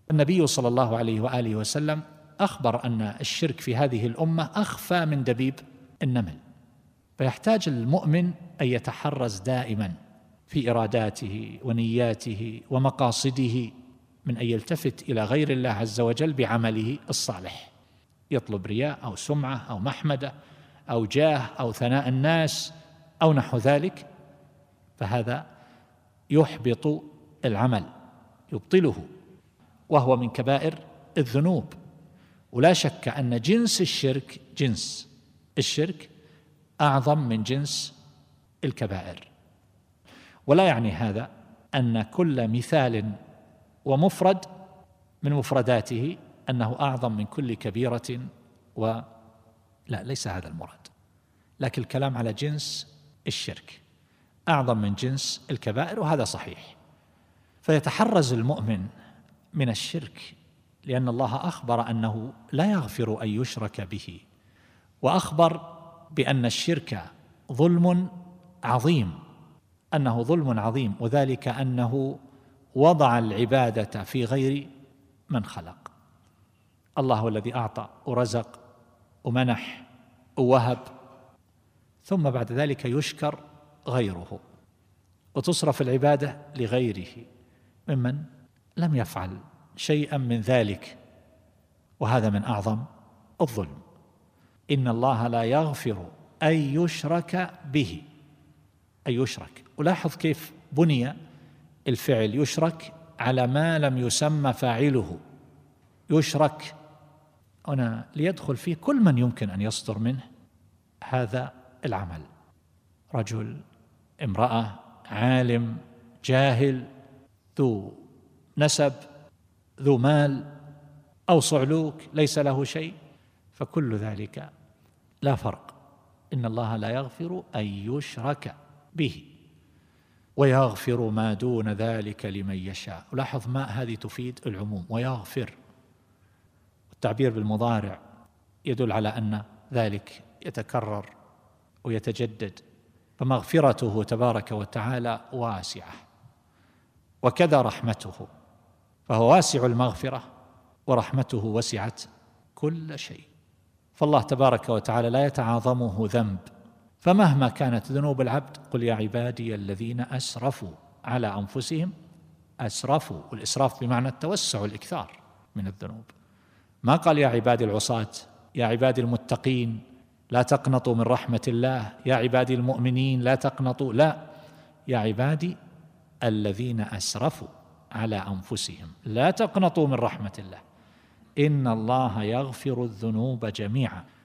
النبي صلى الله عليه وآله وسلم أخبر أن الشرك في هذه الأمة أخفى من دبيب النمل، فيحتاج المؤمن أن يتحرز دائما في إراداته ونياته ومقاصده من أن يلتفت إلى غير الله عز وجل بعمله الصالح، يطلب رياء أو سمعة أو محمدة أو جاه أو ثناء الناس أو نحو ذلك، فهذا يحبط العمل، يبطله، وهو من كبائر الذنوب. ولا شك أن جنس الشرك أعظم من جنس الكبائر. ولا يعني هذا أن كل مثال ومفرد من مفرداته أنه أعظم من كل كبيرة لا، ليس هذا المراد، لكن الكلام على جنس الشرك أعظم من جنس الكبائر، وهذا صحيح. فيتحرز المؤمن من الشرك، لأن الله أخبر أنه لا يغفر أن يشرك به، وأخبر بأن الشرك ظلم عظيم، أنه ظلم عظيم، وذلك أنه وضع العبادة في غير من خلق. الله هو الذي أعطى ورزق ومنح ووهب، ثم بعد ذلك يشكر غيره وتصرف العبادة لغيره ممن لم يفعل شيئا من ذلك، وهذا من أعظم الظلم. إن الله لا يغفر أن يشرك به، أن يشرك. ولاحظ كيف بني الفعل يشرك على ما لم يسمى فاعله، يشرك هنا ليدخل فيه كل من يمكن أن يصدر منه هذا العمل، رجل، امرأة، عالم، جاهل، ذو نسب، ذو مال، أو صعلوك ليس له شيء، فكل ذلك لا فرق. إن الله لا يغفر أن يشرك به ويغفر ما دون ذلك لمن يشاء. ولاحظ ما هذه تفيد العموم، ويغفر، التعبير بالمضارع يدل على أن ذلك يتكرر ويتجدد، فمغفرته تبارك وتعالى واسعة، وكذا رحمته، فهو واسع المغفرة ورحمته وسعت كل شيء. فالله تبارك وتعالى لا يتعاظمه ذنب، فمهما كانت ذنوب العبد، قل يا عبادي الذين أسرفوا على أنفسهم، أسرفوا، والإسراف بمعنى التوسع والإكثار من الذنوب، ما قال يا عبادي العصاة، يا عبادي المتقين لا تقنطوا من رحمة الله، يا عبادي المؤمنين لا تقنطوا، لا، يا عبادي الذين أسرفوا على أنفسهم لا تقنطوا من رحمة الله إن الله يغفر الذنوب جميعا.